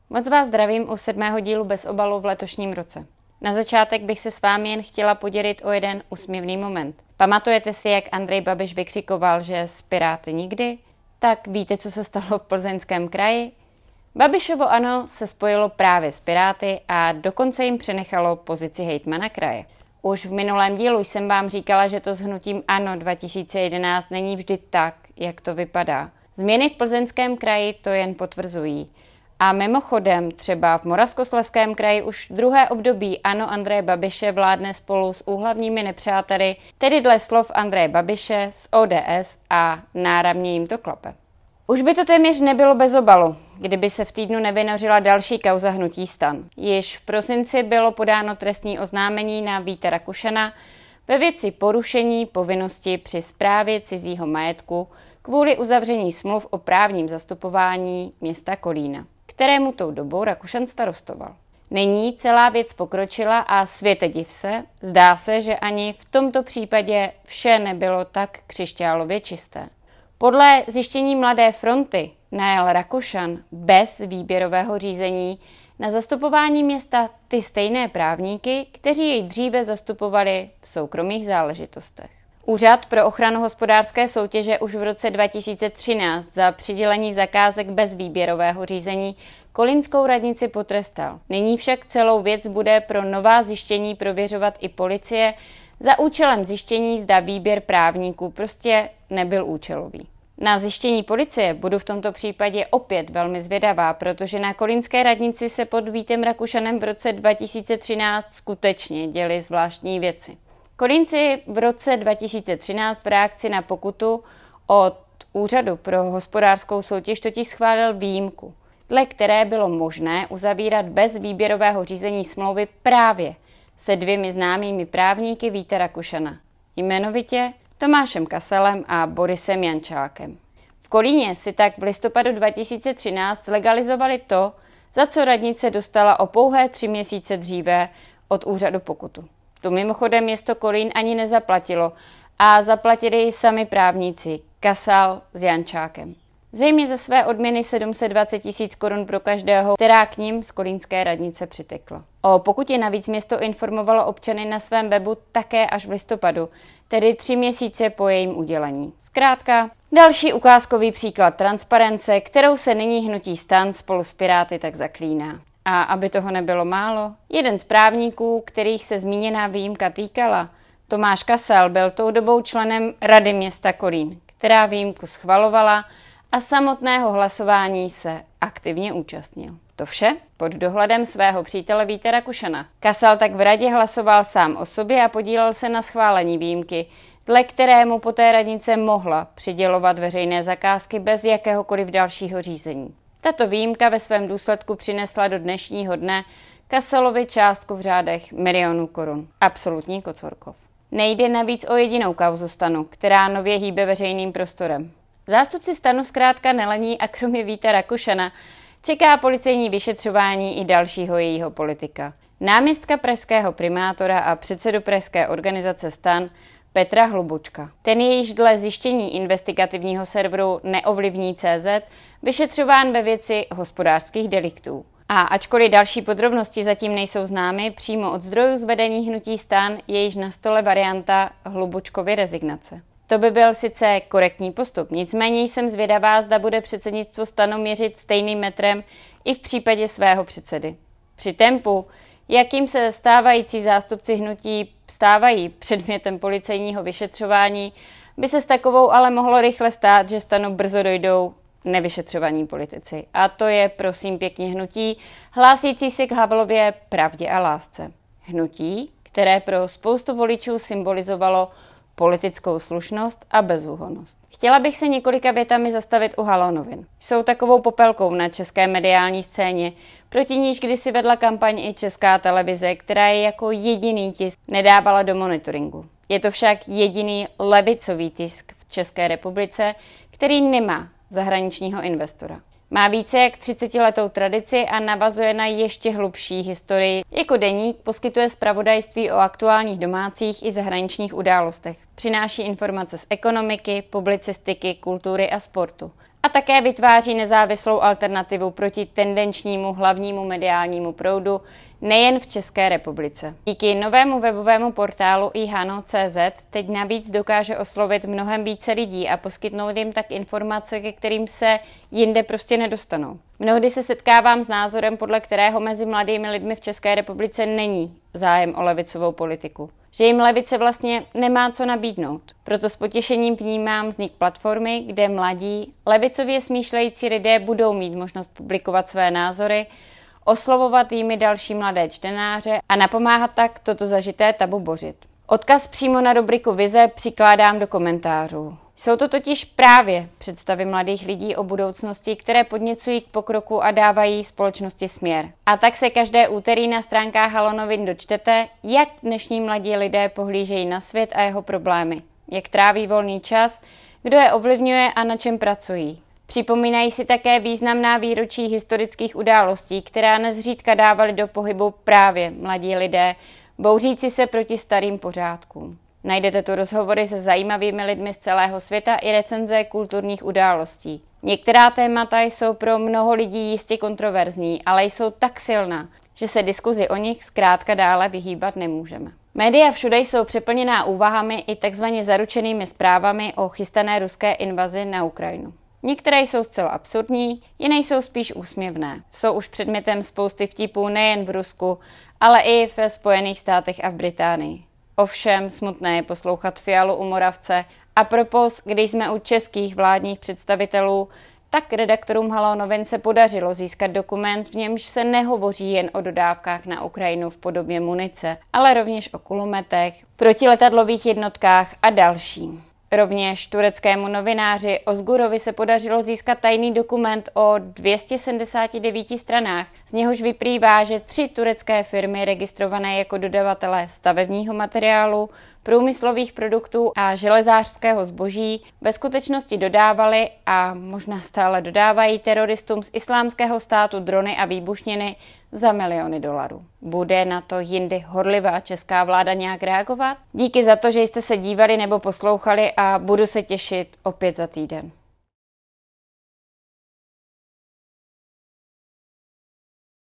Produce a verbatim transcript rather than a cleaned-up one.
Moc vás zdravím u sedmého dílu Bez obalu v letošním roce. Na začátek bych se s vámi jen chtěla podělit o jeden úsměvný moment. Pamatujete si, jak Andrej Babiš vykřikoval, že s Piráty nikdy? Tak víte, co se stalo v Plzeňském kraji? Babišovo ANO se spojilo právě s Piráty a dokonce jim přenechalo pozici hejtmana kraje. Už v minulém dílu jsem vám říkala, že to s hnutím ANO dva tisíce jedenáct není vždy tak, jak to vypadá. Změny v Plzeňském kraji to jen potvrzují. A mimochodem třeba v Moravskoslezském kraji už druhé období ANO Andreje Babiše vládne spolu s úhlavními nepřáteli, tedy dle slov Andreje Babiše z O D S a náramně jim to klape. Už by to téměř nebylo bez obalu, kdyby se v týdnu nevynořila další kauza hnutí STAN. Již v prosinci bylo podáno trestní oznámení na Víta Rakušana ve věci porušení povinnosti při správě cizího majetku kvůli uzavření smluv o právním zastupování města Kolína, kterému tou dobou Rakušan starostoval. Nyní celá věc pokročila a světe div se, zdá se, že ani v tomto případě vše nebylo tak křišťálově čisté. Podle zjištění Mladé fronty najal Rakušan bez výběrového řízení na zastupování města ty stejné právníky, kteří jej dříve zastupovali v soukromých záležitostech. Úřad pro ochranu hospodářské soutěže už v roce dva tisíce třináct za přidělení zakázek bez výběrového řízení kolínskou radnici potrestal. Nyní však celou věc bude pro nová zjištění prověřovat i policie za účelem zjištění, zda výběr právníků prostě nebyl účelový. Na zjištění policie budu v tomto případě opět velmi zvědavá, protože na kolínské radnici se pod Vítem Rakušanem v roce dva tisíce třináct skutečně děly zvláštní věci. Kolínci v roce dva tisíce třináct v reakci na pokutu od Úřadu pro hospodářskou soutěž totiž schválil výjimku, dle které bylo možné uzavírat bez výběrového řízení smlouvy právě se dvěmi známými právníky Víta Rakušana, jmenovitě Tomášem Kasalem a Borisem Jančákem. V Kolíně si tak v listopadu dva tisíce třináct legalizovali to, za co radnice dostala o pouhé tři měsíce dříve od úřadu pokutu. To mimochodem město Kolín ani nezaplatilo a zaplatili ji sami právníci Kasal s Jančákem. Zřejmě ze své odměny sedm set dvacet tisíc korun pro každého, která k ním z kolínské radnice přitekla. O pokutě navíc město informovalo občany na svém webu také až v listopadu, tedy tři měsíce po jejím udělení. Zkrátka, další ukázkový příklad transparence, kterou se nyní hnutí STAN spolu s Piráty tak zaklíná. A aby toho nebylo málo, jeden z právníků, kterých se zmíněná výjimka týkala, Tomáš Kasal, byl tou dobou členem Rady města Kolín, která výjimku schvalovala a samotného hlasování se aktivně účastnil. To vše pod dohledem svého přítele Víta Rakušana. Kasal tak v radě hlasoval sám o sobě a podílel se na schválení výjimky, dle kterému poté radnice mohla přidělovat veřejné zakázky bez jakéhokoliv dalšího řízení. Tato výjimka ve svém důsledku přinesla do dnešního dne Kasalovi částku v řádech milionů korun. Absolutní kocourkov. Nejde navíc o jedinou kauzu STANu, která nově hýbe veřejným prostorem. Zástupci STANu zkrátka nelení a kromě Víta Rakušana čeká policejní vyšetřování i dalšího jejího politika. Náměstka pražského primátora a předsedu pražské organizace STAN Petra Hlubučka. Ten je již dle zjištění investigativního serveru neovlivní tečka cé zet vyšetřován ve věci hospodářských deliktů. A ačkoliv další podrobnosti zatím nejsou známy, přímo od zdrojů z vedení hnutí STAN je již na stole varianta Hlubučkovy rezignace. To by byl sice korektní postup, nicméně jsem zvědavá, zda bude předsednictvo STANu měřit stejným metrem i v případě svého předsedy. Při tempu, jakým se stávající zástupci hnutí stávají předmětem policejního vyšetřování, by se s takovou ale mohlo rychle stát, že STANu brzo dojdou nevyšetřovaní politici. A to je prosím pěkně hnutí, hlásící se k Havlově pravdě a lásce. Hnutí, které pro spoustu voličů symbolizovalo politickou slušnost a bezúhonnost. Chtěla bych se několika větami zastavit u Halonovin. Jsou takovou popelkou na české mediální scéně, proti níž kdysi vedla kampaň i Česká televize, která je jako jediný tisk nedávala do monitoringu. Je to však jediný levicový tisk v České republice, který nemá zahraničního investora. Má více jak třicetiletou tradici a navazuje na ještě hlubší historii. Jako deník poskytuje zpravodajství o aktuálních domácích i zahraničních událostech. Přináší informace z ekonomiky, publicistiky, kultury a sportu. A a také vytváří nezávislou alternativu proti tendenčnímu hlavnímu mediálnímu proudu nejen v České republice. Díky novému webovému portálu i hano tečka cé zet teď navíc dokáže oslovit mnohem více lidí a poskytnout jim tak informace, ke kterým se jinde prostě nedostanou. Mnohdy se setkávám s názorem, podle kterého mezi mladými lidmi v České republice není zájem o levicovou politiku. Že jim levice vlastně nemá co nabídnout. Proto s potěšením vnímám vznik platformy, kde mladí, levicově smýšlející lidé budou mít možnost publikovat své názory, oslovovat jimi další mladé čtenáře a napomáhat tak toto zažité tabu bořit. Odkaz přímo na rubriku Vize přikládám do komentářů. Jsou to totiž právě představy mladých lidí o budoucnosti, které podněcují k pokroku a dávají společnosti směr. A tak se každé úterý na stránkách Halo novin dočtete, jak dnešní mladí lidé pohlížejí na svět a jeho problémy, jak tráví volný čas, kdo je ovlivňuje a na čem pracují. Připomínají si také významná výročí historických událostí, která nezřídka dávali do pohybu právě mladí lidé, bouřící se proti starým pořádkům. Najdete tu rozhovory se zajímavými lidmi z celého světa i recenze kulturních událostí. Některá témata jsou pro mnoho lidí jistě kontroverzní, ale jsou tak silná, že se diskuzi o nich zkrátka dále vyhýbat nemůžeme. Média všude jsou přeplněná úvahami i takzvaně zaručenými zprávami o chystané ruské invazi na Ukrajinu. Některé jsou zcela absurdní, jiné jsou spíš úsměvné. Jsou už předmětem spousty vtipů nejen v Rusku, ale i ve Spojených státech a v Británii. Ovšem smutné je poslouchat Fialu u Moravce a propos, když jsme u českých vládních představitelů, tak redaktorům Halo novin se podařilo získat dokument, v němž se nehovoří jen o dodávkách na Ukrajinu v podobě munice, ale rovněž o kulometech, protiletadlových jednotkách a dalším. Rovněž tureckému novináři Ozgurovi se podařilo získat tajný dokument o dvě stě sedmdesáti devíti stranách, z něhož vyplývá, že tři turecké firmy registrované jako dodavatelé stavebního materiálu, průmyslových produktů a železářského zboží ve skutečnosti dodávaly a možná stále dodávají teroristům z Islámského státu drony a výbušniny za miliony dolarů. Bude na to jindy horlivá česká vláda nějak reagovat? Díky za to, že jste se dívali nebo poslouchali a budu se těšit opět za týden.